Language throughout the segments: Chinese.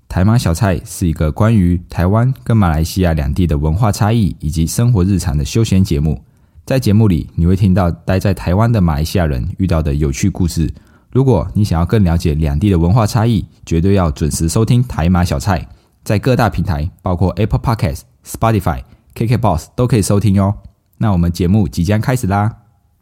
台马小菜是一个关于台湾跟马来西亚两地的文化差异以及生活日常的休闲节目。在节目里，你会听到待在台湾的马来西亚人遇到的有趣故事。如果你想要更了解两地的文化差异，绝对要准时收听台马小菜。在各大平台，包括 Apple Podcast、Spotify、KKBOX 都可以收听哦。那我们节目即将开始啦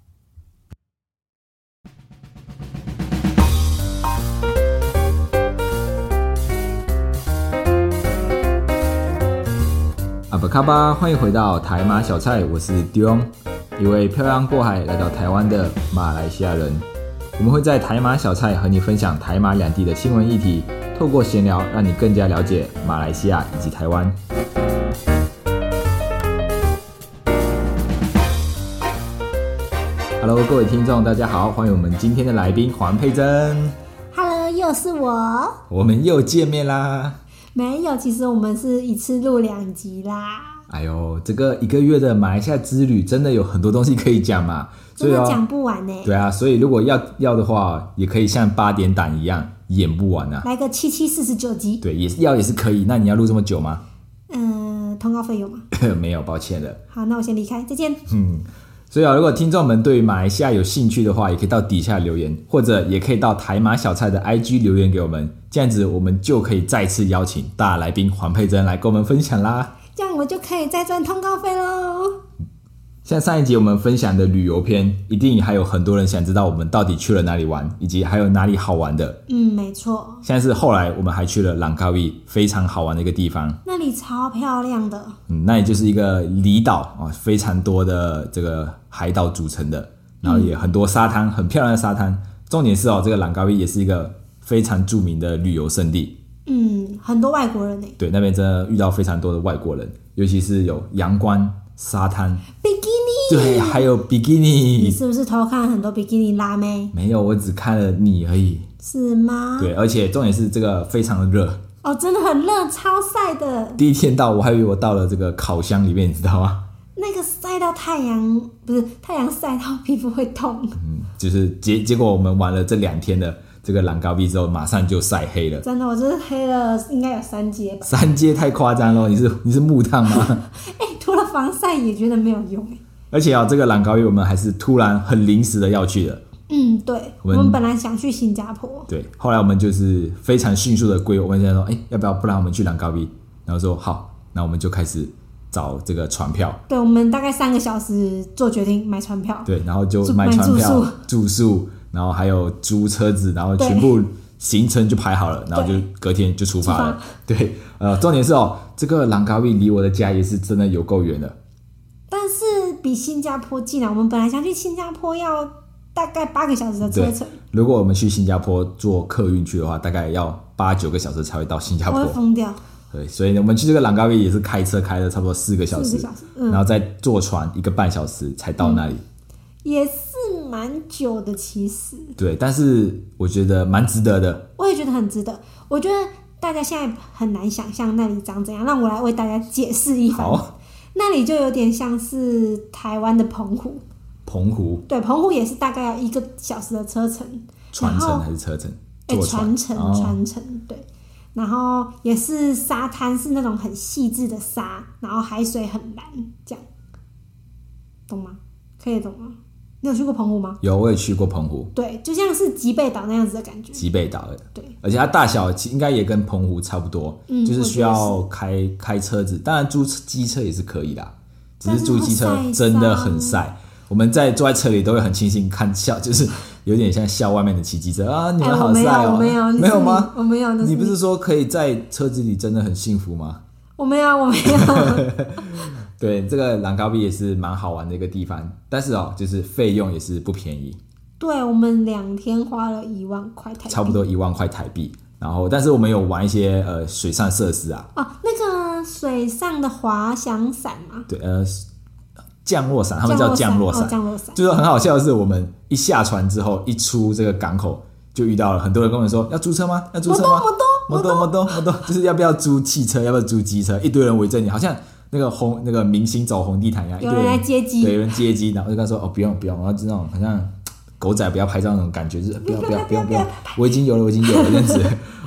阿巴卡巴，欢迎回到台马小菜，我是 Dion， 一位漂洋过海来到台湾的马来西亚人。我们会在台马小菜和你分享台马两地的新闻议题，透过闲聊让你更加了解马来西亚以及台湾。Hello， 各位听众，大家好，欢迎我们今天的来宾黄佩珍。 Hello， 又是我。 我们又见面啦。 没有，其实我们是一次录2集啦。 哎呦，这个1个月的马来西亚之旅真的有很多东西可以讲嘛， 真的讲不完呢。 对啊，所以如果要的话，也可以像8点档一样演不完啊。 来个7749集。 对，也是可以。那你要录这么久吗？ 通告费有吗？ 没有，抱歉了。 好，那我先离开，再见。 所以如果听众们对于马来西亚有兴趣的话，也可以到底下留言，或者也可以到台马小菜的 IG 留言给我们，这样子我们就可以再次邀请大来宾黄佩珍来跟我们分享啦。 这样我就可以再赚通告费咯。 像上一集我们分享的旅游篇，一定还有很多人想知道我们到底去了哪里玩，以及还有哪里好玩的。 没错。 现在是后来我们还去了朗高威，非常好玩的一个地方。 那里超漂亮的。 那里就是一个离岛，非常多的这个海岛组成的，然后也很多沙滩，很漂亮的沙滩。重点是这个朗高威也是一个非常著名的旅游胜地。 很多外国人耶。 对，那边真的遇到非常多的外国人，尤其是有阳光、沙滩、 比基尼。 对，还有比基尼。 你是不是偷看很多比基尼辣妹？ 没有，我只看了你而已。 是吗？ 对，而且重点是这个非常的热。 真的很热，超晒的。 第一天到，我还以为我到了这个烤箱里面，你知道吗？ 那个晒到太阳，不是太阳晒到皮肤会痛。 就是结果我们玩了这2天的这个朗高威之后，马上就晒黑了。 真的，我真的黑了，应该有3阶吧。 3阶太夸张了，你是木炭吗？ 涂了防晒也觉得没有用。 而且这个朗高威我们还是突然很临时的要去的。 对，我们本来想去新加坡。 对，后来我们就是非常迅速的规划，我们现在说，要不然我们去朗高威，然后说好，那我们就开始找这个船票。 对，我们大概3个小时做决定买船票。 对，然后就买船票、住宿，然后还有租车子，然后全部行程就排好了，然后就隔天就出发了。对，重点是这个朗高威离我的家也是真的有够远的， 但是比新加坡近啊。我们本来想去新加坡要大概8个小时的车程。 如果我们去新加坡坐客运去的话，大概要8-9个小时才会到新加坡。 我会疯掉。 对，所以我们去这个朗高威也是开车开了差不多4个小时，然后再坐船1个半小时才到那里。 也是蛮久的其实。 对，但是我觉得蛮值得的。 我也觉得很值得。我觉得大家现在很难想象那里长怎样，让我来为大家解释一番。 好， 那里就有点像是台湾的澎湖。 澎湖。 对，澎湖也是大概要1个小时的车程。 船程还是车程？ 船程对。然后也是沙滩，是那种很细致的沙，然后海水很蓝，这样懂吗？可以懂吗？你有去过澎湖吗？ 有，我也去过澎湖。 对，就像是吉贝岛那样子的感觉。 吉贝岛的。 对， 而且它大小应该也跟澎湖差不多，就是需要开车子，当然租机车也是可以啦，只是租机车真的很晒。我们坐在车里都会很庆幸看笑，就是有点像笑外面的骑机车啊，你们好晒哦。 我没有， 没有吗？ 我没有。 你不是说可以在车子里真的很幸福吗？ 我没有。 对，这个朗高威也是蛮好玩的一个地方，但是就是费用也是不便宜。 对，我们2天花了1万块台币， 差不多1万块台币。然后，但是我们有玩一些水上设施啊。 那个水上的滑翔伞嘛。 对，降落伞，他们叫降落伞。 降落伞。 就是很好笑的是，我们一下船之后，一出这个港口，就遇到了很多人跟我们说要租车吗？要租车吗？摩多，就是要不要租汽车，要不要租机车？一堆人围着你，好像那个明星走红地毯一样， 有人来接机， 对，有人接机，然后就跟他说不用，然后就那种好像狗仔不要拍照那种感觉，就是不要，我已经有了这样子。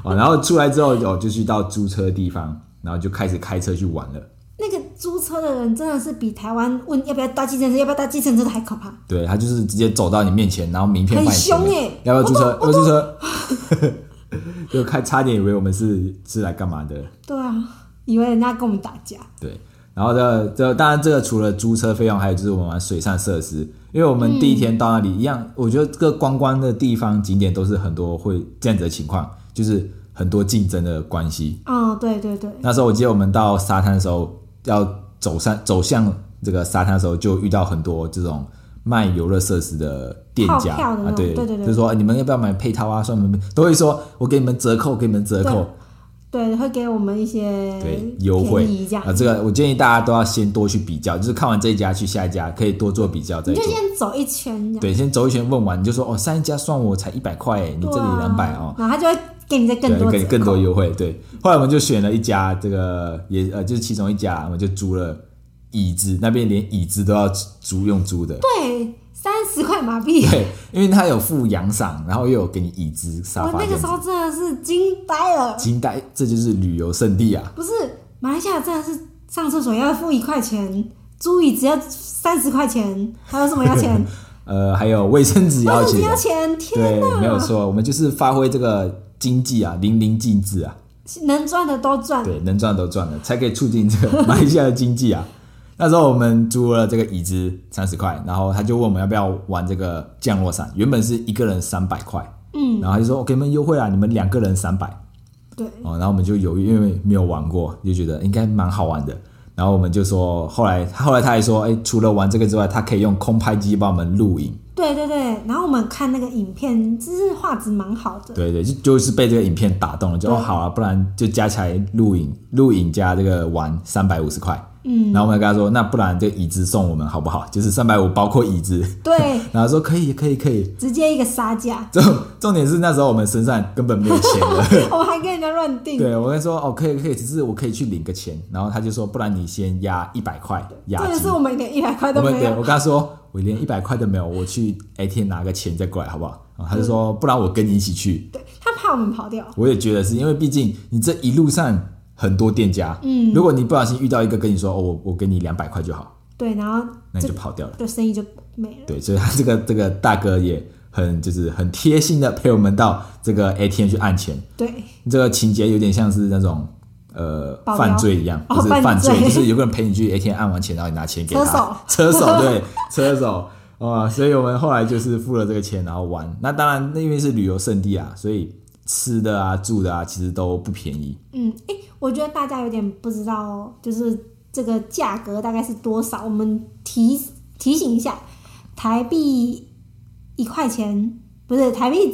然后出来之后就去到租车地方，然后就开始开车去玩了。 那个租车的人真的是比台湾问要不要搭计程车、要不要搭计程车的还可怕。 对，他就是直接走到你面前，然后名片放你前面， 很凶耶！ 要不要租车？要不要租车？就差点以为我们是来干嘛的。 对啊，以为人家跟我们打架。 对，然后当然这个除了租车费用，还有就是我们玩水上设施，因为我们第一天到那里一样，我觉得这个观光的地方景点都是很多会这样子的情况，就是很多竞争的关系。 哦，对对对。 那时候我记得我们到沙滩的时候，要走向这个沙滩的时候，就遇到很多这种卖游乐设施的店家啊， 对， 对， 就是说你们要不要买配套啊？说你们都会说我给你们折扣， 对，会给我们一些优惠这样。 这个我建议大家都要先多去比较，就是看完这一家去下一家，可以多做比较再做。 你就先走一圈， 对，先走一圈问完你就说上一家算我才100块你这里200 哦，然后他就会给你再更多优惠。对，后来我们就选了一家，这个也就是其中一家，我们就租了椅子，那边连椅子都要用租的。 对，30块马币。 对，因为他有附阳伞，然后又有给你椅子沙发。 我那个时候真的是惊呆了， 这就是旅游胜地啊！ 不是，马来西亚真的是上厕所要付1块钱，租椅子要30块钱，还有什么要钱？ 还有卫生纸要钱。 天哪！ 对，没有错，我们就是发挥这个经济啊，淋漓尽致啊， 能赚的都赚。 对，能赚的都赚了，才可以促进这个马来西亚的经济啊。那时候我们租了这个椅子30块，然后他就问我们要不要玩这个降落伞，原本是一个人300块，然后他就说我给你们优惠啦，你们2个人300， 对， 然后我们就犹豫，因为没有玩过，就觉得应该蛮好玩的。然后我们就说，后来他还说，除了玩这个之外，他可以用空拍机帮我们录影。 对，然后我们看那个影片，就是画质蛮好的。 对，就是被这个影片打动了，就好啊，不然就加起来录影加这个玩350块。然后我们跟他说，那不然这个椅子送我们好不好？就是350包括椅子。 对， 然后说可以， 直接一个杀价。 重点是那时候我们身上根本没有钱了， 我们还跟人家乱订。 对，我跟他说可以，只是我可以去领个钱。然后他就说，不然你先压100块押金。 真的是我们连100块都没有。 我跟他说，我连100块都没有，我去 ATM 拿个钱再过来好不好？然后他就说，不然我跟你一起去。 对，他怕我们跑掉。 我也觉得是因为毕竟你这一路上很多店家，如果你不小心遇到一个跟你说我给你200块就好， 对，然后那你就跑掉了， 对，生意就没了。 对，所以他这个大哥也很贴心的陪我们到这个 ATM 去按钱。 对， 这个情节有点像是那种犯罪一样，不是犯罪，就是有个人陪你去 ATM 按完钱，然后你拿钱给他。车手对，车手所以我们后来就是付了这个钱，然后玩。那当然，因为是旅游胜地啊，所以吃的啊、住的啊，其实都不便宜。 我觉得大家有点不知道，就是这个价格大概是多少。我们提醒一下，台币1块钱，不是台币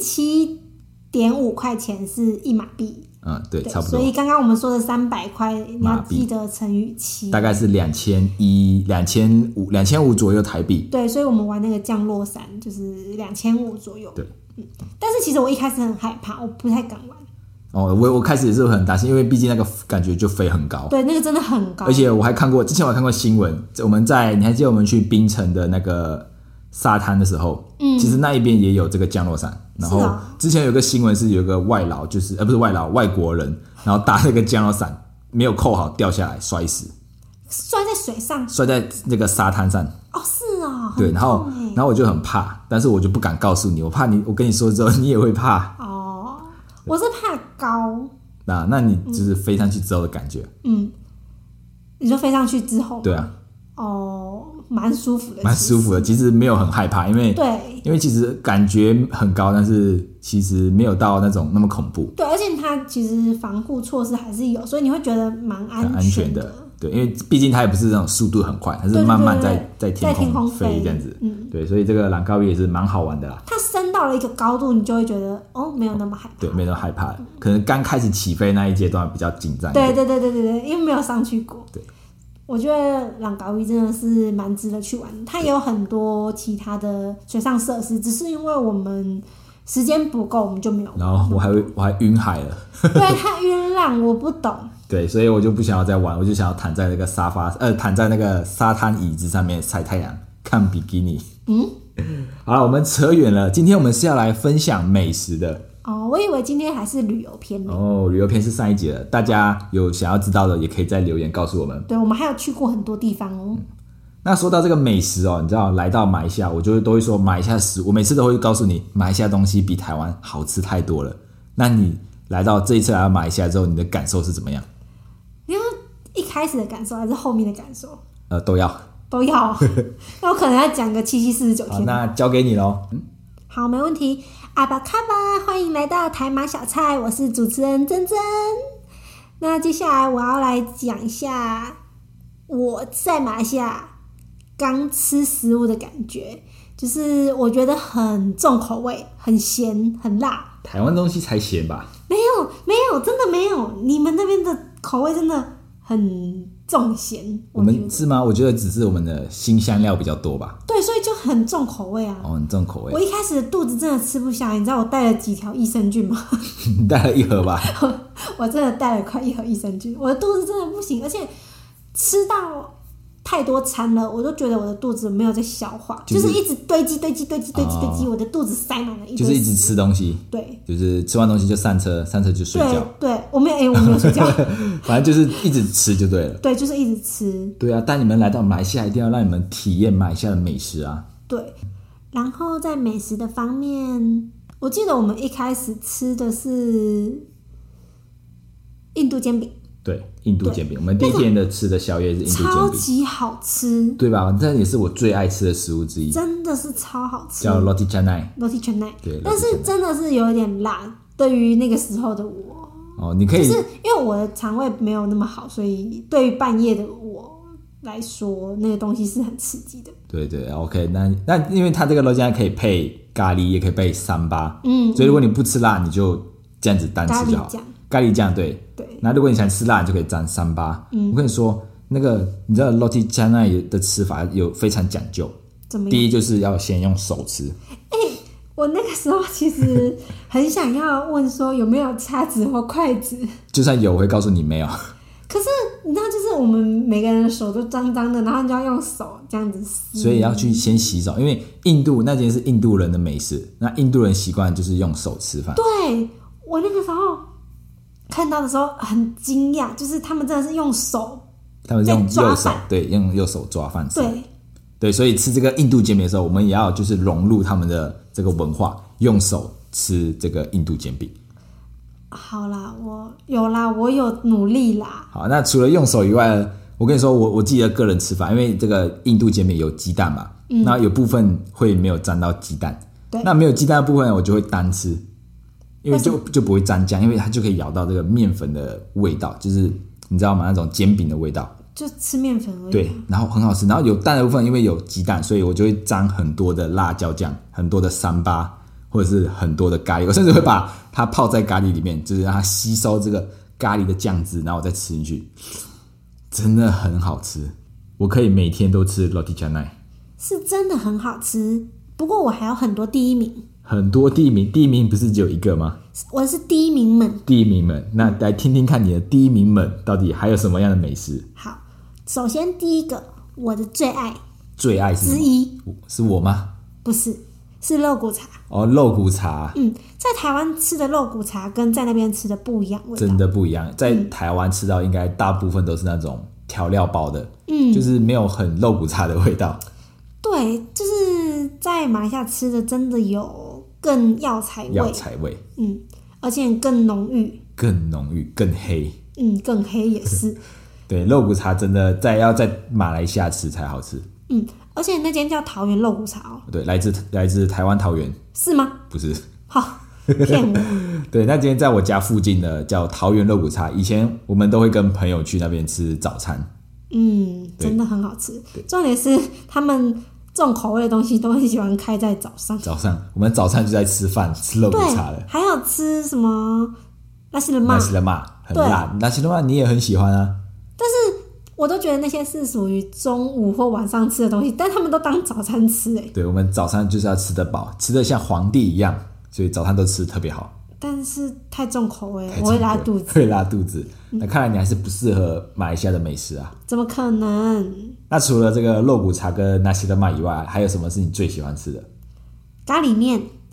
7.5块钱是1马币。 对，差不多。 所以刚刚我们说的300块，你要记得乘以7， 大概是2500左右台币。 对，所以我们玩那个降落伞就是2500左右。 对， 但是其实我一开始很害怕，我不太敢玩。 我开始也是很担心，因为毕竟那个感觉就飞很高。 对，那个真的很高。 而且之前我还看过新闻，你还记得我们去槟城的那个沙滩的时候，其实那一边也有这个降落伞。然后之前有个新闻是有一个外劳，就是不是外劳，外国人，然后搭那个降落伞没有扣好掉下来摔死， 摔在水上， 摔在那个沙滩上。 是啊， 对，然后我就很怕，但是我就不敢告诉你，我怕我跟你说之后你也会怕。 我是怕高。 那你就是飞上去之后的感觉。 你说飞上去之后？ 对啊。 蛮舒服的。 蛮舒服的，其实没有很害怕，因为其实感觉很高，但是其实没有到那么恐怖。 对，而且它其实防护措施还是有，所以你会觉得蛮安全的。 对，因为毕竟它也不是那种速度很快，它是慢慢在天空飞这样子。对，所以这个朗高也是蛮好玩的啦。 它升到了一个高度，你就会觉得没有那么害怕。 对，没有那么害怕，可能刚开始起飞那一阶段比较紧张。 对，因为没有上去过。 对， 我觉得朗高屿真的是蛮值得去玩的。它也有很多其他的水上设施，只是因为我们时间不够，我们就没有玩。 然后我还晕海了。 对，它晕浪，我不懂。 对，所以我就不想要再玩，我就想要躺在那个躺在那个沙滩椅子上面晒太阳，看比基尼。好了，我们扯远了。今天我们是要来分享美食的。 我以为今天还是旅游篇呢。 旅游篇是上一集了，大家有想要知道的也可以在留言告诉我们。 对，我们还有去过很多地方哦。 那说到这个美食哦，你知道来到马来西亚，我都会说马来西亚的食物，我每次都会告诉你，马来西亚东西比台湾好吃太多了。那你这一次来到马来西亚之后，你的感受是怎么样？ 你要一开始的感受还是后面的感受？ 都要。 那我可能要讲个7749天。 好，那交给你咯。 好，没问题。阿巴卡巴，欢迎来到台马小菜，我是主持人珍珍。那接下来我要来讲一下我在马来西亚刚吃食物的感觉，就是我觉得很重口味，很咸，很辣。 台湾东西才咸吧？ 没有，真的没有。你们那边的口味真的很重咸。 我们是吗？我觉得只是我们的辛香料比较多吧。 对，所以就很重口味啊。 很重口味。 我一开始的肚子真的吃不下，你知道我带了几条益生菌吗？ 你带了一盒吧？ 我真的带了快1盒益生菌，我的肚子真的不行，而且吃到太多餐了，我都觉得我的肚子没有在消化，就是一直堆积，我的肚子塞满了一堆， 就是一直吃东西。 对， 就是吃完东西就上车就睡觉。 对，我没有睡觉， 反正就是一直吃就对了。 对，就是一直吃。 对啊，带你们来到马来西亚，一定要让你们体验马来西亚的美食啊。 对，然后在美食的方面，我记得我们一开始吃的是印度煎饼。 对，印度煎饼，我们第一天的吃的宵夜是印度煎饼， 超级好吃， 对吧？这也是我最爱吃的食物之一， 真的是超好吃， 叫 Roti Canai。 对，但是真的是有点辣，对于那个时候的我。 你可以， 就是因为我的肠胃没有那么好，所以对于半夜的我来说，那个东西是很刺激的。 对 ，OK， 那因为它这个 Roti Canai 可以配咖喱，也可以配三巴，所以如果你不吃辣，你就这样子单吃就好。咖喱酱，对。那如果你想吃辣，你就可以沾三巴。我跟你说，那个你知道 Roti Canai 的吃法有非常讲究。 怎么样？ 第一就是要先用手吃。 我那个时候其实很想要问说有没有叉子或筷子， 就算有，我会告诉你没有。 可是你知道，就是我们每个人的手都脏脏的，然后你就要用手这样子撕， 所以要去先洗手，因为印度那间是印度人的美食，那印度人习惯就是用手吃饭。 对，我那个时候看到的时候很惊讶，就是他们真的是用手， 他们是用右手，对，用右手抓饭吃。对，所以吃这个印度煎饼的时候，我们也要就是融入他们的这个文化，用手吃这个印度煎饼。 好啦，我有努力啦。 好，那除了用手以外，我跟你说，我自己的个人吃法，因为这个印度煎饼有鸡蛋嘛，那有部分会没有沾到鸡蛋， 对， 那没有鸡蛋的部分我就会单吃，因为就不会沾酱，因为它就可以咬到这个面粉的味道，就是你知道吗？那种煎饼的味道， 就吃面粉而已。 对，然后很好吃。然后有蛋的部分，因为有鸡蛋，所以我就会沾很多的辣椒酱，很多的三巴，或者是很多的咖喱。我甚至会把它泡在咖喱里面，就是让它吸收这个咖喱的酱汁，然后我再吃进去，真的很好吃。我可以每天都吃 Roti Canai， 是真的很好吃。不过我还有很多第一名。 很多第一名，第一名不是只有一个吗？ 我是第一名们。 第一名们，那来听听看你的第一名们到底还有什么样的美食？ 好，首先第一个，我的最爱是什么？之一是我吗？ 不是，是肉骨茶。 肉骨茶。 在台湾吃的肉骨茶跟在那边吃的不一样，味道真的不一样。在台湾吃到应该大部分都是那种调料包的，就是没有很肉骨茶的味道。 对，就是在马来西亚吃的真的有更药材味，而且更浓郁，更黑，更黑也是。 对，肉骨茶真的要在马来西亚吃才好吃。 而且那间叫桃园肉骨茶哦。 对，来自台湾桃园。 是吗？ 不是。 好，骗我。 对，那今天在我家附近的叫桃园肉骨茶，以前我们都会跟朋友去那边吃早餐。 真的很好吃。重点是他们重口味的东西都很喜欢开在早上， 我们早餐就在吃饭，吃肉骨茶了。 还有吃什么拉西勒玛， 很辣。拉西勒玛你也很喜欢啊。 但是我都觉得那些是属于中午或晚上吃的东西，但他们都当早餐吃。 对，我们早餐就是要吃得饱，吃得像皇帝一样，所以早餐都吃得特别好。 但是太重口味了，我会拉肚子。 会拉肚子。那看来你还是不适合马来西亚的美食啊。 怎么可能？ 那除了这个肉骨茶跟纳西勒玛以外，还有什么是你最喜欢吃的？ 咖喱面，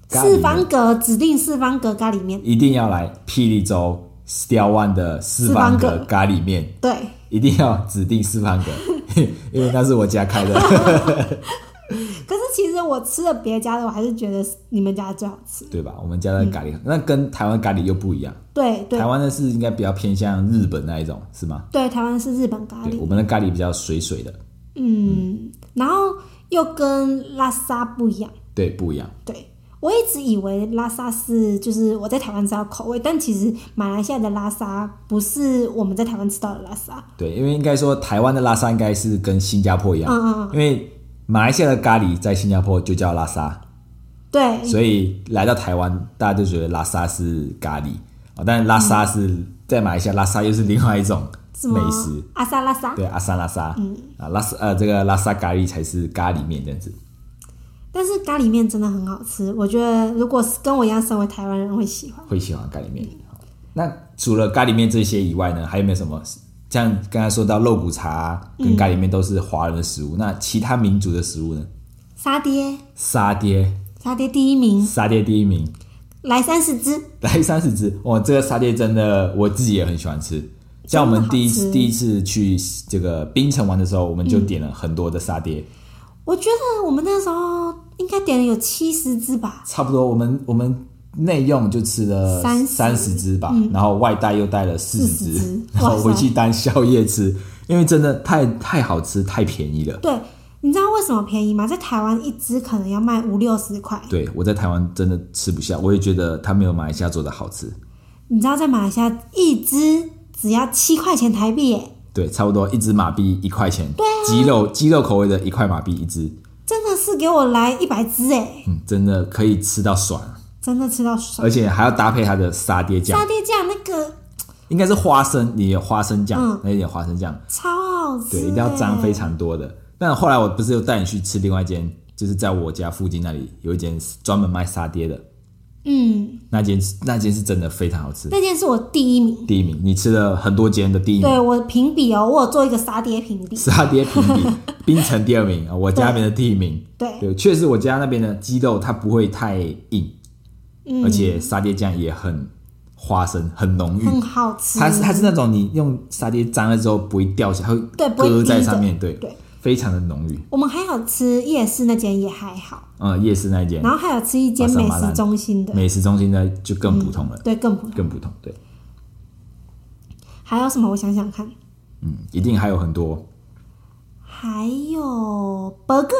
四方格指定四方格咖喱面， 一定要来霹雳州 Style One 的四方格咖喱面， 对， 一定要指定四方格，因为那是我家开的。 可是其实我吃了别家的，我还是觉得你们家的最好吃， 对吧？我们家的咖喱，那跟台湾咖喱又不一样。 对， 台湾的是应该比较偏向日本那一种，是吗？ 对，台湾是日本咖喱， 我们的咖喱比较水水的。 然后又跟拉沙不一样。 对，不一样。 对，我一直以为拉沙是就是我在台湾吃到口味，但其实马来西亚的拉沙不是我们在台湾吃到的拉沙。 对，因为应该说台湾的拉沙应该是跟新加坡一样，因为马来西亚的咖喱在新加坡就叫拉沙， 对， 所以来到台湾大家就觉得拉沙是咖喱，但是拉沙是在马来西亚，拉沙又是另外一种美食， 阿萨拉沙， 对，阿萨拉沙，这个拉沙咖喱才是咖喱面这样子。 但是咖喱面真的很好吃，我觉得如果是跟我一样身为台湾人会喜欢咖喱面。那除了咖喱面这些以外呢，还有没有什么？像刚才说到肉骨茶跟咖喱面都是华人的食物，那其他民族的食物呢？ 沙爹第一名， 来30只， 哇，这个沙爹真的我自己也很喜欢吃。像我们第一次去这个槟城玩的时候，我们就点了很多的沙爹。 我觉得我们那时候应该点了有70只吧， 差不多。我们内用就吃了30只吧，然后外带又带了40只，然后回去当宵夜吃，因为真的太好吃，太便宜了。 对，你知道为什么便宜吗？在台湾一只可能要卖50-60块。 对，我在台湾真的吃不下，我也觉得它没有马来西亚做的好吃。 你知道在马来西亚一只只要7块钱台币耶。 对，差不多一只马币1块钱。 对啊，鸡肉口味的1块马币一只， 真的是给我来100只哎！ 真的可以吃到爽， 真的吃到爽， 而且还要搭配它的沙爹酱。 沙爹酱那个应该是花生，你有花生酱，那一点花生酱超好吃， 对，一定要沾非常多的。但后来我不是有带你去吃另外一间，就是在我家附近那里有一间专门卖沙爹的。那间是真的非常好吃。 那间是我第一名， 你吃了很多间的第一名。 对，我评比我有做一个沙爹评比。 槟城第2名，我家那边的第1名。 对， 确实我家那边的鸡肉它不会太硬，而且沙爹酱也很花生，很浓郁， 很好吃。 它是那种你用沙爹沾了之后不会掉下来，它会搁在上面，对，非常的浓郁。 我们还有吃夜市那间也还好， 夜市那一间， 然后还有吃一间美食中心的， 美食中心的就更普通了， 对，更普通， 对。 还有什么？我想想看， 一定还有很多， 还有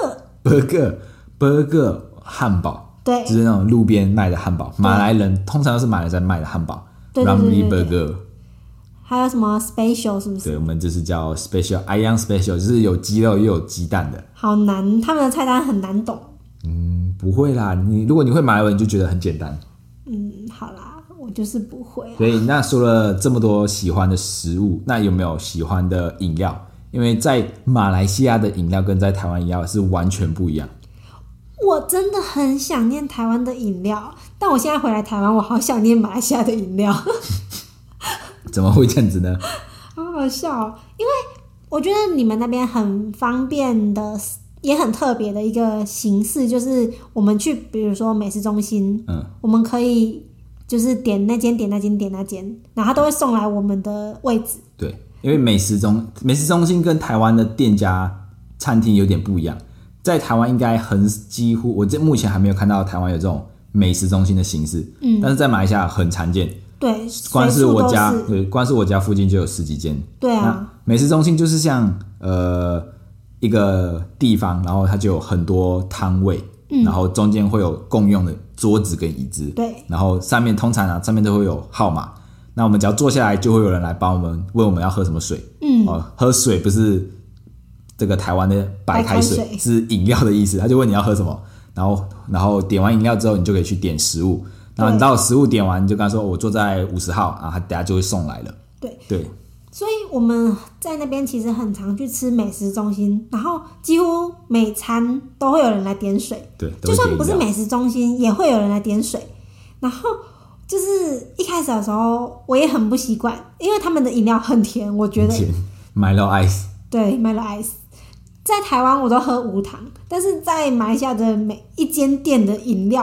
burger 汉堡， 对， 就是那种路边卖的汉堡，马来人通常都是马来人卖的汉堡 ，Ramly Burger。 还有什么 special 是不是？ 对，我们这是叫 special ayam special， 就是有鸡肉又有鸡蛋的。 好难，他们的菜单很难懂。 不会啦，如果你会马来文，你就觉得很简单。 好啦，我就是不会。 所以那说了这么多喜欢的食物，那有没有喜欢的饮料？因为在马来西亚的饮料跟在台湾饮料是完全不一样。 我真的很想念台湾的饮料，但我现在回来台湾，我好想念马来西亚的饮料。 怎么会这样子呢？ 好好笑哦，因为我觉得你们那边很方便的，也很特别的一个形式，就是我们去，比如说美食中心，我们可以就是点那间，然后他都会送来我们的位置。 对，因为美食中心跟台湾的店家餐厅有点不一样，在台湾应该几乎我目前还没有看到台湾有这种美食中心的形式，但是在马来西亚很常见。 对， 光是我家附近就有10几间。 对啊， 美食中心就是像一个地方，然后它就有很多摊位，然后中间会有共用的桌子跟椅子， 对， 然后上面通常上面都会有号码，那我们只要坐下来，就会有人来帮我们问我们要喝什么水。喝水不是这个台湾的白开水，是饮料的意思，他就问你要喝什么，然后点完饮料之后，你就可以去点食物。然后你到食物点完，你就跟他说我坐在50号啊，他等下就会送来了。对， 所以我们在那边其实很常去吃美食中心，然后几乎每餐都会有人来点水。 对， 就算不是美食中心，也会有人来点水。然后就是一开始的时候，我也很不习惯，因为他们的饮料很甜，我觉得。 Milo Ice。 对 ，Milo Ice。在台湾我都喝无糖，但是在马来西亚的每一间店的饮料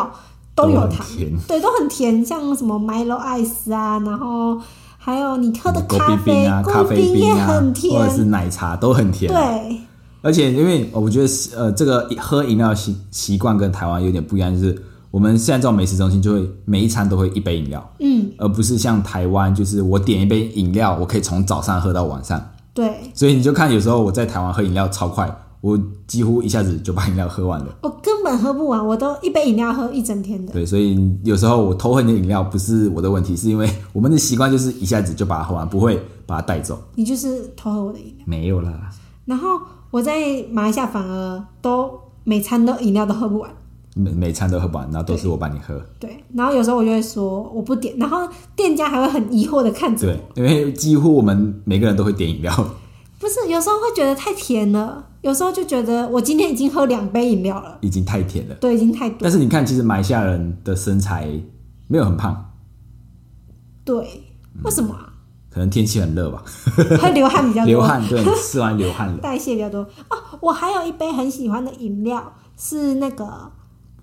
都有糖， 对， 都很甜，像什么 Milo Ice 啊，然后还有你喝的咖啡咖啡冰啊， 很甜， 或者是奶茶都很甜。 对， 而且因为我觉得这个喝饮料习惯跟台湾有点不一样，就是我们现在这种美食中心就会每一餐都会一杯饮料，而不是像台湾就是我点一杯饮料，我可以从早上喝到晚上。 对， 所以你就看有时候我在台湾喝饮料超快，我几乎一下子就把饮料喝完了， 我根本喝不完，我都一杯饮料喝一整天的。 对，所以有时候我偷喝你的饮料不是我的问题，是因为我们的习惯就是一下子就把它喝完，不会把它带走。 你就是偷喝我的饮料？ 没有啦。 然后我在马来西亚反而都每餐都饮料都喝不完， 每餐都喝不完，然后都是我帮你喝。 对，然后有时候我就会说我不点，然后店家还会很疑惑的看着我。 对，因为几乎我们每个人都会点饮料。 不是，有时候会觉得太甜了，有时候就觉得我今天已经喝2杯饮料了， 已经太甜了。 对，已经太多。 但是你看，其实马来西亚人的身材没有很胖。 对，为什么啊？ 可能天气很热吧， 会流汗比较多。 流汗，对，吃完流汗了， 代谢比较多。哦，我还有一杯很喜欢的饮料是那个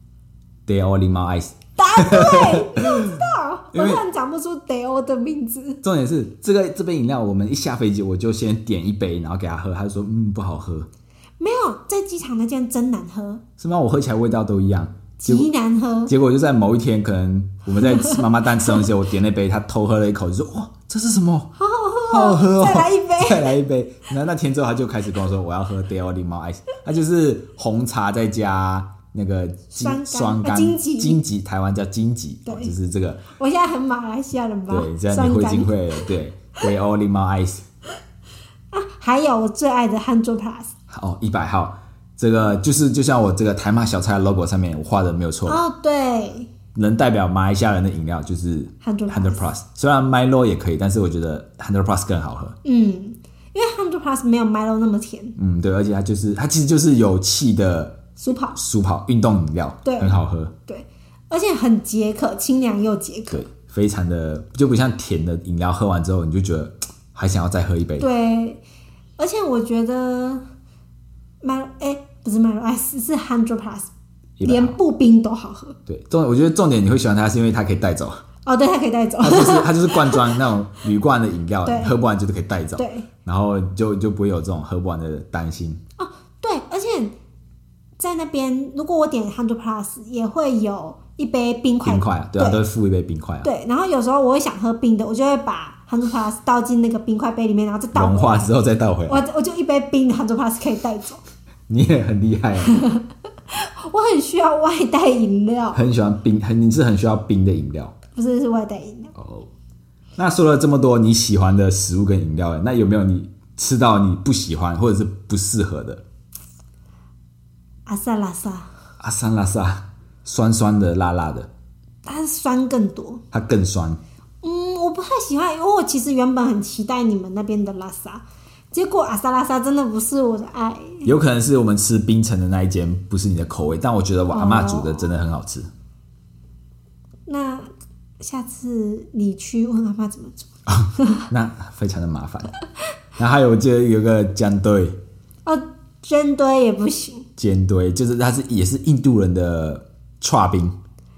Deo Limau Ice。 答对，你怎么知道？我突然讲不出 Deo 的名字。 重点是这杯饮料，我们一下飞机我就先点一杯，然后给他喝，他就说不好喝。 没有，在机场那间真难喝。 是吗？我喝起来味道都一样， 极难喝。 结果就在某一天，可能我们在吃妈妈蛋吃东西，我点那杯，他偷喝了一口，就说哇，这是什么？ 好好好喝哦！ 再来一杯， 再来一杯。然后那天之后，他就开始跟我说，我要喝 Deo Limau Ice， 它就是红茶再加那个酸柑荆棘，台湾叫荆棘，就是这个。 我现在很马来西亚人吧？ 对，这样你会已经会了。对 ，Deo Limau Ice。 啊，还有我最爱的100 Plus。 哦，100号，这个就像我这个台马小菜的 logo 上面我画的没有错。 哦，对。 能代表马来西亚人的饮料就是100 Plus， 虽然 Milo 也可以，但是我觉得100 Plus 更好喝。 因为100 Plus 没有 Milo 那么甜。 对，而且它其实就是有气的舒跑运动饮料，对，很好喝。 对，而且很解渴，清凉又解渴。 对，非常的就不像甜的饮料，喝完之后你就觉得还想要再喝一杯。 对，而且我觉得不是 Milo Ice， 是100 Plus。连不冰都好喝。对， 我觉得重点你会喜欢它，是因为它可以带走。 哦，对，它可以带走。 它就是罐装那种铝罐的饮料，喝不完就是可以带走。 对， 然后就不会有这种喝不完的担心。 哦，对，而且在那边，如果我点100 Plus， 也会有一杯冰块啊， 对啊，都会附一杯冰块啊。 对，然后有时候我会想喝冰的，我就会把100 Plus 倒进那个冰块杯里面，然后再倒回来， 融化之后再倒回来。 我就一杯冰的100 Plus 可以带走。 你也很厉害啊。 我很需要外带饮料， 很喜欢冰，你是很需要冰的饮料， 不是外带饮料。 那说了这么多你喜欢的食物跟饮料，那有没有你吃到你不喜欢或者是不适合的？ 阿萨拉萨，酸酸的、辣辣的， 它酸更多， 它更酸。 我不太喜欢，因为我其实原本很期待你们那边的拉萨。结果阿萨拉萨真的不是我的爱， 有可能是我们吃槟城的那一间不是你的口味，但我觉得我阿嬷煮的真的很好吃。 那下次你去问阿嬷怎么煮。 那非常的麻烦。然后还有我记得有个煎堆， 煎堆也不行。 煎堆就是它也是印度人的刨冰。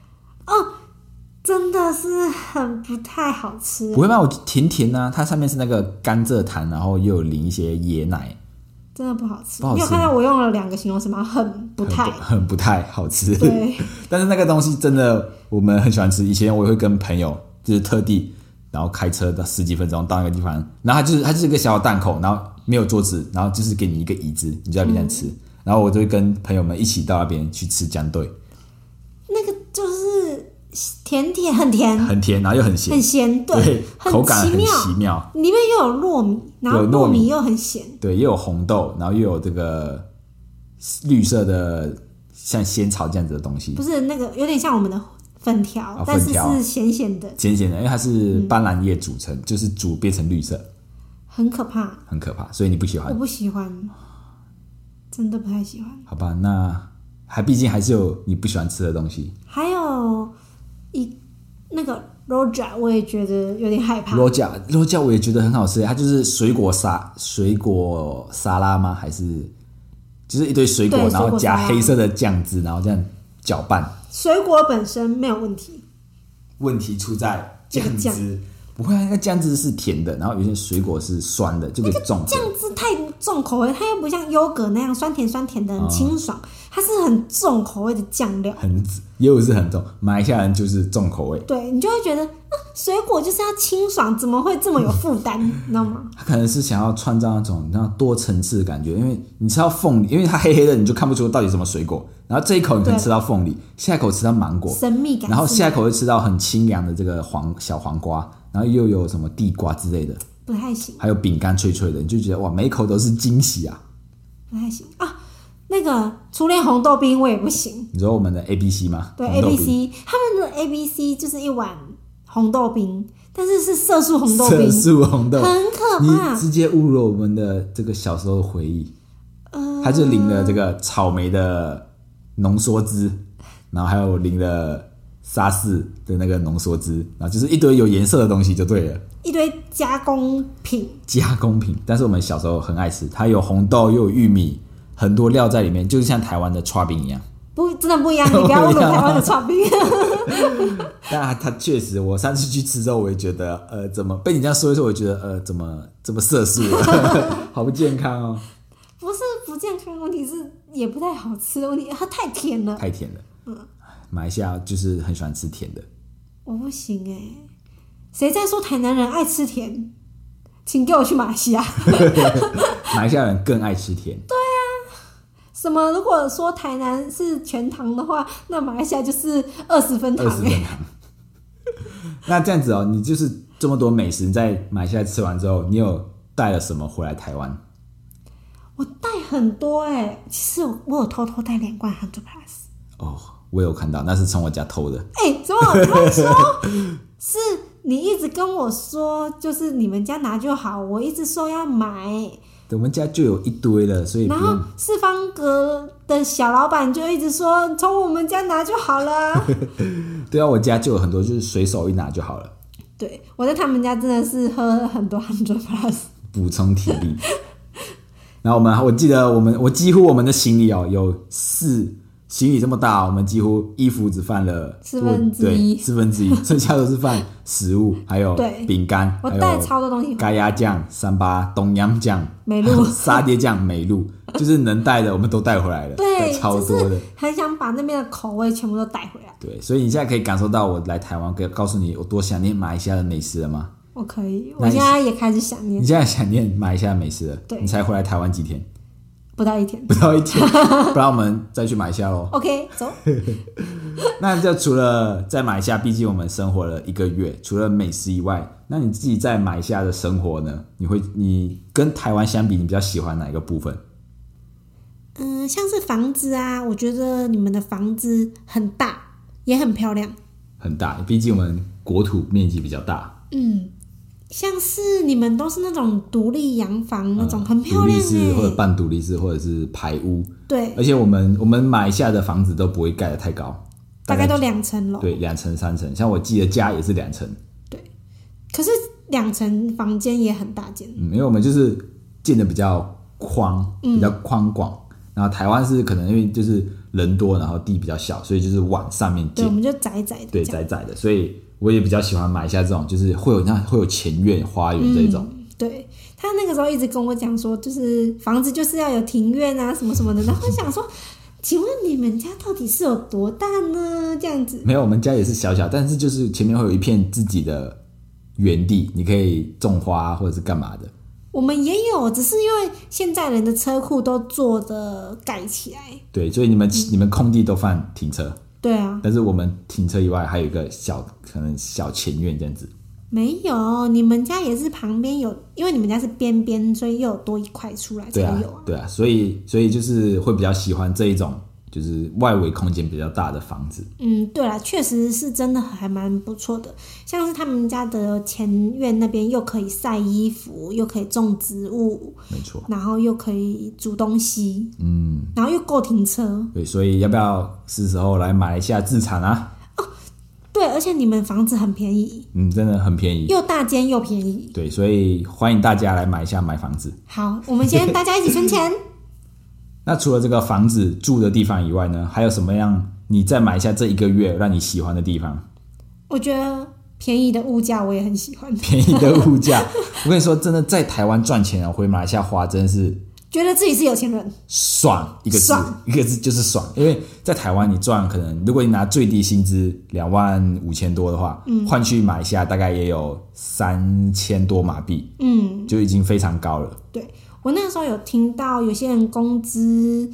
真的是很不太好吃。 不会吧？我甜甜啊，它上面是那个甘蔗糖，然后又有淋一些椰奶， 真的不好吃。你有看到我用了2个形容词吗？很不太好吃。对， 但是那个东西真的我们很喜欢吃。以前我也会跟朋友就是特地，然后开车到10几分钟到那个地方，然后它就是一个小档口，然后没有桌子，然后就是给你一个椅子，你就在里面吃。然后我就会跟朋友们一起到那边去吃姜堆。 那个就是甜甜，很甜， 然后又很咸， 对， 口感很奇妙。 里面又有糯米，然后糯米又很咸， 对，又有红豆，然后又有这个绿色的像仙草这样子的东西。 不是那个有点像我们的粉条，但是是咸咸的，因为它是斑斓叶组成，就是煮变成绿色， 很可怕， 所以你不喜欢？ 我不喜欢，真的不太喜欢。 好吧，那毕竟还是有你不喜欢吃的东西， 还有那个 Roja 我也觉得有点害怕。 Roja 我也觉得很好吃，它就是水果沙拉吗？还是就是一堆水果，然后加黑色的酱汁，然后这样搅拌。 水果本身没有问题， 问题出在酱这个酱汁。不会啊，那酱汁是甜的，然后有些水果是酸的，就可以综合。 酱汁太重口味，它又不像优格那样酸甜酸甜的很清爽，它是很重口味的酱料， 又是很重。马来西亚人就是重口味， 对你就会觉得水果就是要清爽，怎么会这么有负担？你知道吗？ 他可能是想要创造那种多层次的感觉，因为你吃到凤梨，因为它黑黑的，你就看不出到底什么水果。然后这一口你可能吃到凤梨，下一口吃到芒果， 神秘感， 然后下一口会吃到很清凉的这个小黄瓜，然后又有什么地瓜之类的， 不太行。 还有饼干脆脆的，你就觉得哇，每一口都是惊喜啊！ 不太行啊。那个初恋红豆冰我也不行。 你说我们的 ABC 吗？ 对 ABC， 他们的 ABC 就是一碗红豆冰，但是是色素红豆冰， 色素红豆很可怕， 你直接侮辱了我们的这个小时候的回忆。他就淋了这个草莓的浓缩汁，然后还有淋了沙士的那个浓缩汁，然后就是一堆有颜色的东西就对了， 一堆加工品。 但是我们小时候很爱吃，它有红豆又有玉米，很多料在里面，就是像台湾的刨冰一样。 不，真的不一样，你不要侮辱台湾的刨冰。 但它确实，我上次去吃之后，我也觉得，怎么被你这样说一说，我觉得，怎么这么色素了，好不健康哦。 不是不健康的问题，是也不太好吃的问题，它太甜了。 太甜了。马来西亚就是很喜欢吃甜的。 我不行谁在说台南人爱吃甜？请给我去马来西亚。 马来西亚人更爱吃甜。 对啊，什么？如果说台南是全糖的话，那马来西亚就是20分糖。 20分糖。那这样子哦，你就是这么多美食，你在马来西亚吃完之后，你有带了什么回来台湾？ 我带很多其实我有偷偷带2罐 100 Plus。 哦，我有看到，那是从我家偷的。 怎么偷说？是你一直跟我说，就是你们家拿就好，我一直说要买。 我们家就有一堆了，所以不用。 然后四方阁的小老板就一直说，从我们家拿就好了。 对啊，我家就有很多，就是随手一拿就好了。 对，我在他们家真的是喝很多100 Plus， 补充体力。然后我记得我几乎我们的行李有行李这么大，我们几乎衣服只放了1/4，剩下都是放食物，还有饼干， 我带超多东西， 咖椰酱、三巴、东阳酱、 美露、 沙爹酱、美露，就是能带的我们都带回来了， 对， 超多的， 就是很想把那边的口味全部都带回来。 对，所以你现在可以感受到我来台湾，可以告诉你我多想念马来西亚的美食了吗？ 我可以，我现在也开始想念。 你现在想念马来西亚的美食了？ 对， 你才回来台湾几天？ 不到一天， 不然我们再去马来西亚咯。 OK， 走。 那就除了在马来西亚，毕竟我们生活了1个月，除了美食以外，那你自己在马来西亚的生活呢？你跟台湾相比，你比较喜欢哪一个部分？ 像是房子啊，我觉得你们的房子很大，也很漂亮。 很大，毕竟我们国土面积比较大。 像是你们都是那种独立洋房，那种很漂亮独立式或者半独立式或者是排屋。 对， 而且我们马来西亚的房子都不会盖得太高， 大概都2层楼。 对，2层3层，像我记得家也是2层。 对，可是2层房间也很大间。 因为我们就是建的比较宽广，然后台湾是可能因为就是人多，然后地比较小，所以就是往上面建。 对，我们就窄窄的。 对，窄窄的，所以我也比较喜欢马来西亚这种，就是会有前院、花园这种。 对，他那个时候一直跟我讲说，就是房子就是要有庭院啊，什么什么的。然后我想说，请问你们家到底是有多大呢？这样子。 没有，我们家也是小小，但是就是前面会有一片自己的园地，你可以种花或者是干嘛的。 我们也有，只是因为现在人的车库都做的盖起来。 对，所以你们空地都放停车。 对啊， 但是我们停车以外还有一个可能小前院这样子。 没有，你们家也是旁边有，因为你们家是边边，所以又有多一块出来才有啊。 对啊，所以就是会比较喜欢这一种，就是外围空间比较大的房子。 对啦，确实是真的还蛮不错的。像是他们家的前院那边又可以晒衣服，又可以种植物， 没错， 然后又可以煮东西，然后又够停车。 对，所以要不要是时候来马来西亚自产啊？ 对，而且你们房子很便宜， 真的很便宜， 又大间又便宜。 对，所以欢迎大家来马来西亚买房子。 好，我们先大家一起存钱。 那除了这个房子住的地方以外呢，还有什么样你在马来西亚这一个月让你喜欢的地方？ 我觉得便宜的物价我也很喜欢。 便宜的物价，我跟你说，真的在台湾赚钱啊，回马来西亚花真的是觉得自己是有钱人， 爽一个字爽， 一个字就是爽。因为在台湾你赚可能，如果你拿最低薪资25000多的话，换去马来西亚大概也有3000多马币，就已经非常高了。 对，我那个时候有听到有些人工资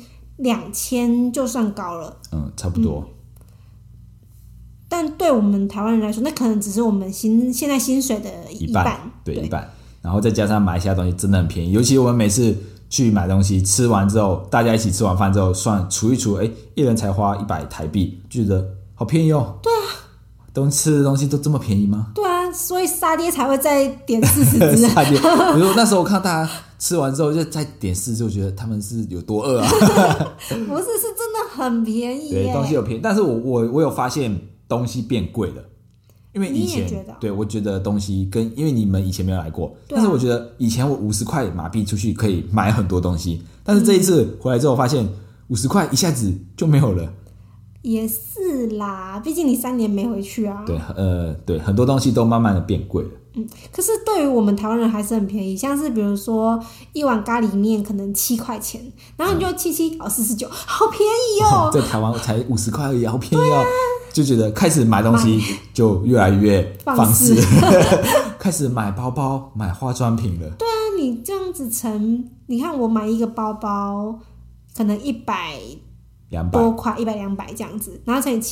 2000就算高了， 差不多。 但对我们台湾人来说，那可能只是我们现在薪水的一半， 对，一半。然后再加上马来西亚东西真的很便宜，尤其我们每次去买东西，吃完之后，大家一起吃完饭之后，算除一除，一人才花100台币，就觉得好便宜哦。 对啊， 吃的东西都这么便宜吗？ 对啊，所以沙爹才会再点40只。 沙爹，我说那时候我看到大家吃完之后就再点4，就觉得他们是有多饿啊。 不是，是真的很便宜耶。 对，东西有便宜，但是我有发现东西变贵了。因为以前你也觉得对，我觉得东西因为你们以前没有来过，但是我觉得以前我50块马币出去可以买很多东西，但是这一次回来之后发现50块一下子就没有了。 也是啦，毕竟你3年没回去啊。 对，对，很多东西都慢慢的变贵了。 可是对于我们台湾人还是很便宜，像是比如说一碗咖喱面可能7块钱，然后你就749，好便宜哦。 在台湾才50块而已，好便宜哦。就觉得开始买东西就越来越放肆，开始买包包、买化妆品了。 对啊，你这样子你看我买一个包包可能100多块，100、200这样子，然后乘以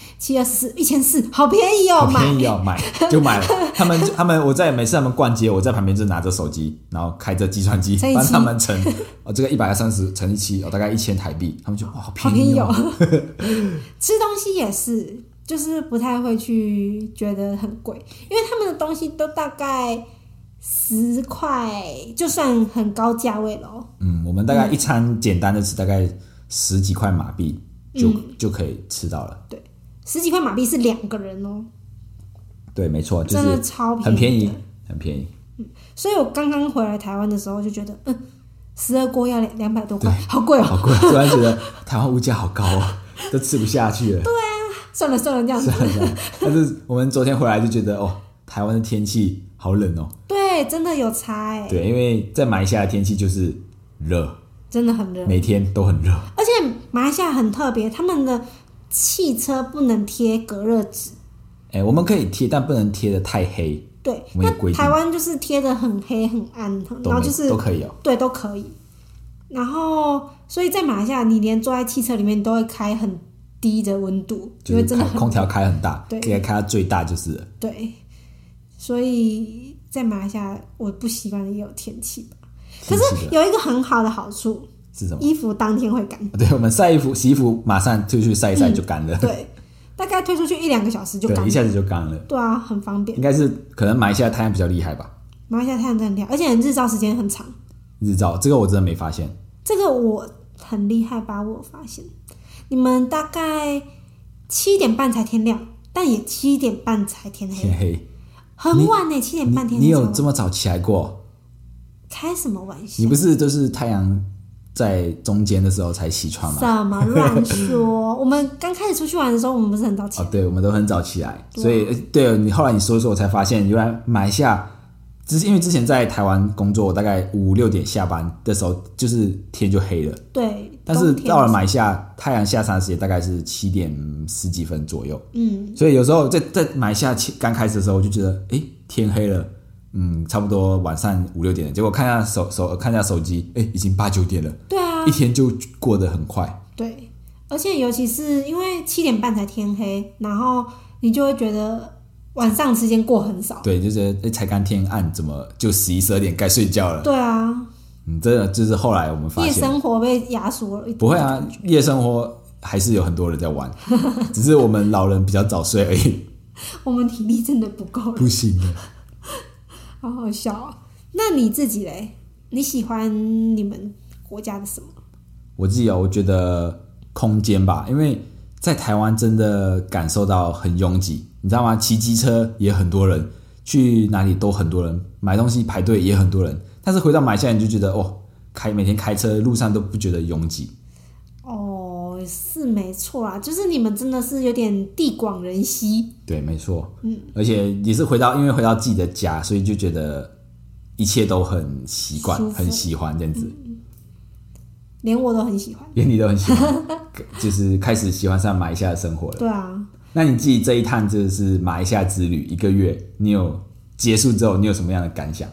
724，1400，好便宜哦， 好便宜哦，买就买了。他们每次他们逛街，我在旁边就拿着手机，然后开着计算机帮他们乘，这个130乘以7，大概1000台币，他们就哇，好便宜哦。 吃东西也是，就是不太会去觉得很贵，因为他们的东西都大概10块，就算很高价位了。 我们大概一餐简单的吃，大概10几块马币就可以吃到了。 对，10几块马币是2个人哦。 对，没错，就是真的超便宜， 很便宜，很便宜。 所以我刚刚回来台湾的时候就觉得，12锅要200多块，好贵哦， 好贵。突然觉得台湾物价好高哦，都吃不下去了。 对啊，算了，这样子。 但是我们昨天回来就觉得台湾的天气好冷哦。 对，真的有差哎。 对，因为在马来西亚的天气就是热， 真的很热， 每天都很热。 而且马来西亚很特别，他们的汽车不能贴隔热纸。 我们可以贴，但不能贴得太黑。 对，那台湾就是贴得很黑很暗，然后就是都可以哦。 对，都可以。然后，所以在马来西亚，你连坐在汽车里面都会开很低的温度， 就是真的空调开很大， 对， 可以开到最大就是了。 对，所以在马来西亚，我不习惯的也有天气吧。可是有一个很好的好处是什么？ 衣服当天会干。 对，我们晒衣服、洗衣服，马上就去晒一晒就干了。 对。大概推出去1-2个小时就干了， 对，一下子就干了。 对啊，很方便。 应该是可能马来西亚太阳比较厉害吧。 马来西亚太阳真的很厉害，而且日照时间很长。 日照这个我真的没发现。 这个我很厉害吧？我有发现，你们大概7点半才天亮，但也7点半才天黑。 天黑， 很晚呢，7点半天黑。 你有这么早起来过？ 开什么玩笑？ 你不是就是太阳在中间的时候才起床吗？ 什么乱说！我们刚开始出去玩的时候，我们不是很早起来？ 对，我们都很早起来，所以对你后来你说一说，我才发现原来马来西亚，因为之前在台湾工作，我大概5-6点下班的时候，就是天就黑了。 对， 但是到了马来西亚，太阳下山的时间大概是7点10几分左右。所以有时候在马来西亚刚开始的时候，我就觉得，天黑了。差不多晚上5-6点了，结果看一下手机，已经8-9点了。 对啊， 一天就过得很快。 对，而且尤其是因为7点半才天黑，然后你就会觉得晚上时间过很少。 对，就觉得才刚天暗，怎么就11、12点该睡觉了？ 对啊， 真的就是后来我们发现， 夜生活被压缩了。 不会啊，夜生活还是有很多人在玩，只是我们老人比较早睡而已。 我们体力真的不够了， 不行了。 好好笑哦。那你自己嘞？你喜欢你们国家的什么？ 我自己我觉得空间吧，因为在台湾真的感受到很拥挤，你知道吗？骑机车也很多人，去哪里都很多人，买东西排队也很多人。但是回到马来西亚，你就觉得每天开车路上都不觉得拥挤。 是没错啦，就是你们真的是有点地广人稀。 对，没错。而且也是因为回到自己的家，所以就觉得一切都很习惯，很喜欢这样子。 连我都很喜欢， 连你都很喜欢，就是开始喜欢上马来西亚的生活了。 对啊。 那你自己这一趟就是马来西亚之旅1个月，你有结束之后，你有什么样的感想？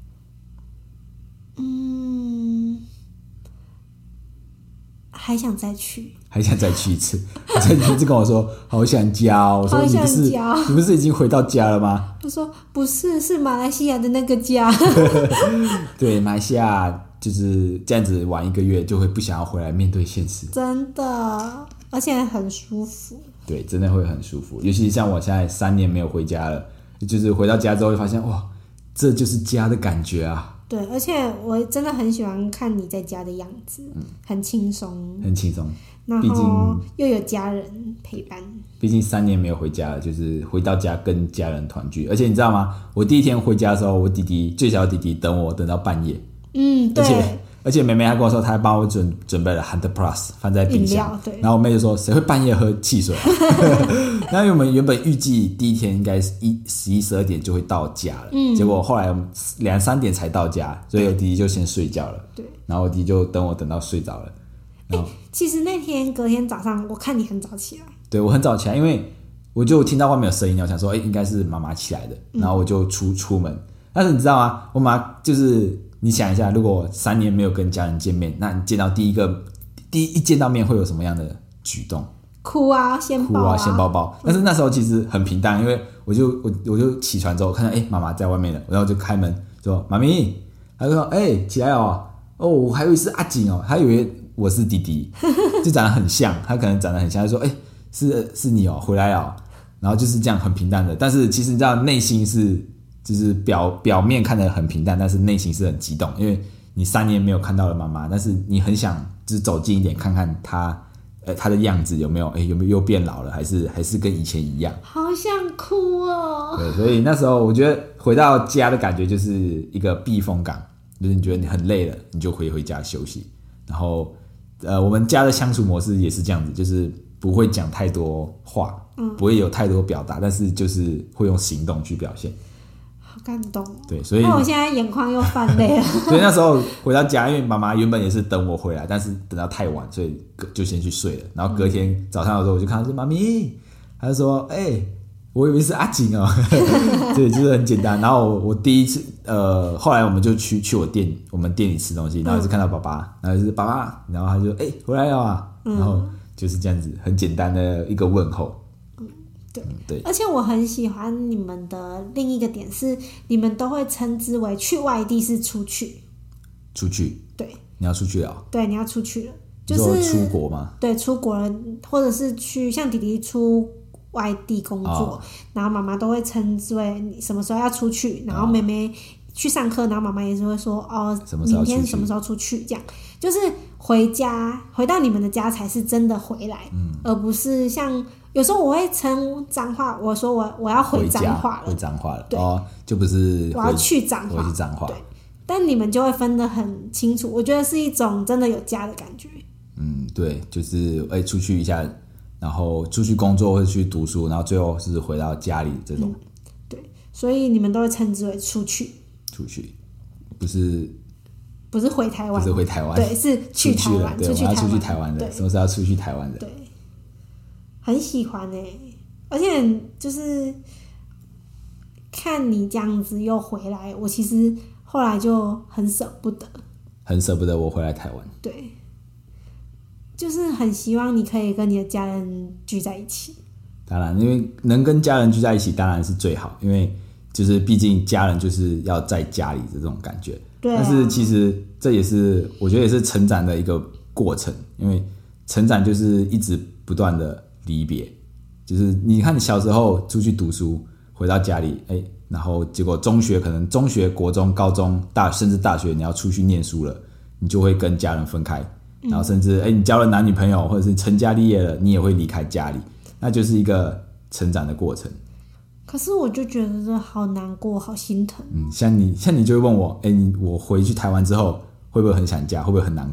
还想再去， 还想再去一次。你一直跟我说好想家哦，我说你不是已经回到家了吗？ 他说不是，是马来西亚的那个家。 对，马来西亚就是这样子玩1个月，就会不想要回来面对现实。 真的，而且很舒服。 对，真的会很舒服。尤其像我现在3年没有回家了，就是回到家之后就发现哇，这就是家的感觉啊。 对，而且我真的很喜欢看你在家的样子，很轻松， 很轻松， 然后又有家人陪伴。 毕竟3年没有回家了，就是回到家跟家人团聚。而且你知道吗？我第一天回家的时候，我最小的弟弟等到半夜。 对。 而且妹妹还跟我说，她还帮我准备了 100 Plus 放在冰箱。 对。 然后我妹就说：“谁会半夜喝汽水啊？”然后我们原本预计第一天应该是11、12点就会到家了，结果后来我们2、3点才到家，所以我弟弟就先睡觉了。 对。 然后我弟弟就等到睡着了。 其实隔天早上我看你很早起来。 对，我很早起来，因为我就听到外面有声音，我想说，应该是妈妈起来的，然后我就出门。但是你知道吗？我妈就是你想一下，如果3年没有跟家人见面，那你见到第一见到面会有什么样的举动？ 哭啊，先抱抱。但是那时候其实很平淡，因为我就起床之后看到妈妈在外面了，然后就开门说妈咪，她就说起来哦，我还以为是阿景哦，她以为我是弟弟，就长得很像，她可能长得很像，她说是你哦，回来哦，然后就是这样很平淡的，但是其实你知道内心是就是表面看得很平淡，但是内心是很激动，因为你3年没有看到了妈妈，但是你很想就是走近一点看看她的样子有没有又变老了，还是跟以前一样， 好想哭哦。 对，所以那时候我觉得回到家的感觉就是一个避风港，就是你觉得你很累了，你就回家休息。然后我们家的相处模式也是这样子，就是不会讲太多话，不会有太多表达，但是就是会用行动去表现。 好感动。 对，所以我现在眼眶又泛泪了。 所以那时候回到家，因为妈妈原本也是等我回来，但是等到太晚，所以就先去睡了。然后隔天早上的时候，我就看到说妈咪，她就说我以为是阿景哦。对，就是很简单。然后我第一次后来我们就去我们店里吃东西，然后就看到爸爸，然后就是爸爸，然后他就回来了啊，然后就是这样子很简单的一个问候。 对，而且我很喜欢你们的另一个点是，你们都会称之为去外地是出去。对， 你要出去了。 对，你要出去了，就是出国吗？ 对，出国了，或者是去像弟弟出外地工作，然后妈妈都会称之为你什么时候要出去，然后妹妹去上课，然后妈妈也是会说明天什么时候出去，这样就是回到你们的家才是真的回来，而不是像有时候我会称彰化，我说我要回彰化了， 对，就不是我要去彰化，对，但你们就会分得很清楚，我觉得是一种真的有家的感觉。 对，就是出去一下，然后出去工作或者去读书，然后最后是回到家里这种。 对，所以你们都会称之为出去， 不是回台湾，对，是去台湾， 对，我要出去台湾的，什么时候要出去台湾的？ 对，很喜欢而且就是看你这样子又回来，我其实后来就很舍不得我回来台湾。 对，就是很希望你可以跟你的家人聚在一起。 当然，因为能跟家人聚在一起当然是最好，因为就是毕竟家人就是要在家里的这种感觉。 对但是其实这也是我觉得也是成长的一个过程，因为成长就是一直不断的离别，就是你看你小时候出去读书回到家里然后结果中学国中高中甚至大学你要出去念书了，你就会跟家人分开，然后甚至你交了男女朋友或者是成家立业了，你也会离开家里，那就是一个成长的过程。 可是我就觉得好难过，好心疼。 像你就会问我，我回去台湾之后会不会很想家，会不会很难过？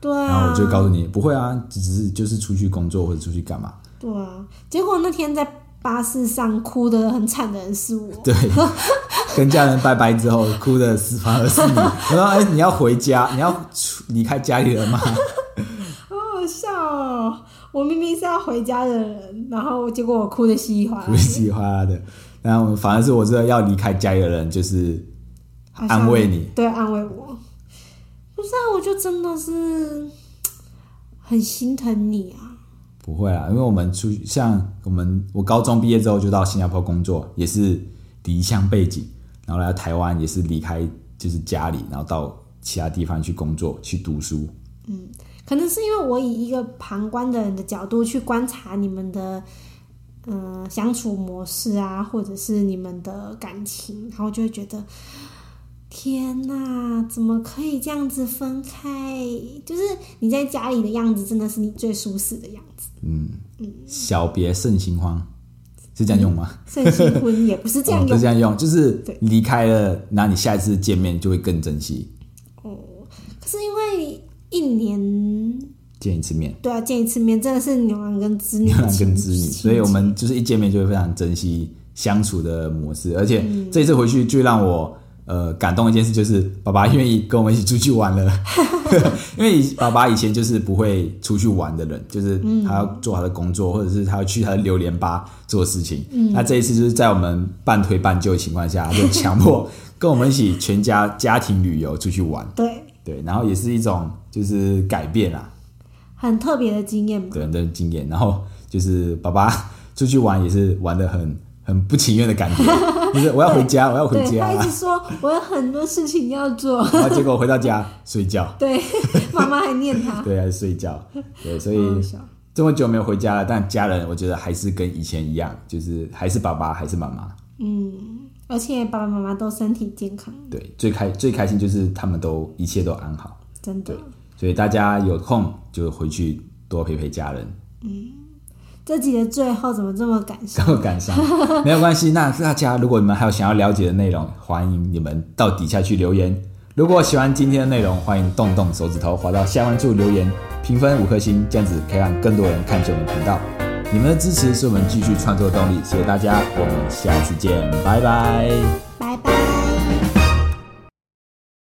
对啊， 然后我就告诉你不会啊，只是就是出去工作或者出去干嘛。 对啊，结果那天在巴士上哭得很惨的人是我。 对，跟家人拜拜之后哭的反而是你。我说你要回家，你要离开家里了吗？ 好好笑哦！我明明是要回家的人，然后结果我哭得稀里哗啦， 哭得稀里哗啦的。然后反而是我这个要离开家里的人，就是安慰你， 对，安慰我。不是啊，我就真的是很心疼你啊。 不会啦，因为我们我高中毕业之后就到新加坡工作，也是离乡背景，然后来到台湾也是离开就是家里，然后到其他地方去工作去读书。 可能是因为我以一个旁观的人的角度去观察你们的相处模式啊，或者是你们的感情，然后就会觉得天哪，怎么可以这样子分开？就是你在家里的样子真的是你最舒适的样子。 小别胜新欢是这样用吗？ 胜新婚也不是这样用， 不是这样用，就是离开了，然后你下一次见面就会更珍惜。 可是因为一年见一次面， 对啊，见一次面真的是牛郎跟织女， 牛郎跟织女，所以我们就是一见面就会非常珍惜相处的模式，而且这一次回去最让我感动一件事就是爸爸愿意跟我们一起出去玩了。因为爸爸以前就是不会出去玩的人，就是他要做他的工作，或者是他要去他的榴莲吧做事情。那这一次就是在我们半推半就的情况下，他就强迫跟我们一起全家庭旅游出去玩。对，然后也是一种就是改变啦， 很特别的经验吧。 对，的经验。然后就是爸爸出去玩也是玩得很不情愿的感觉，就是我要回家，我要回家。 他一直说我有很多事情要做， 然后结果回到家睡觉。 对，妈妈还念他。 对，还是睡觉。对，所以这么久没有回家了，但家人我觉得还是跟以前一样，就是还是爸爸还是妈妈。 而且爸爸妈妈都身体健康。 对，最开心就是他们都一切都安好， 真的。 所以大家有空就回去多陪陪家人。 这集的最后怎么这么感伤？ 这么感伤，没有关系。那大家如果你们还有想要了解的内容，欢迎你们到底下去留言。如果喜欢今天的内容，欢迎动动手指头滑到下方处留言，评分5颗星，这样子可以让更多人看见我们频道。你们的支持是我们继续创作的动力，谢谢大家，我们下次见，拜拜。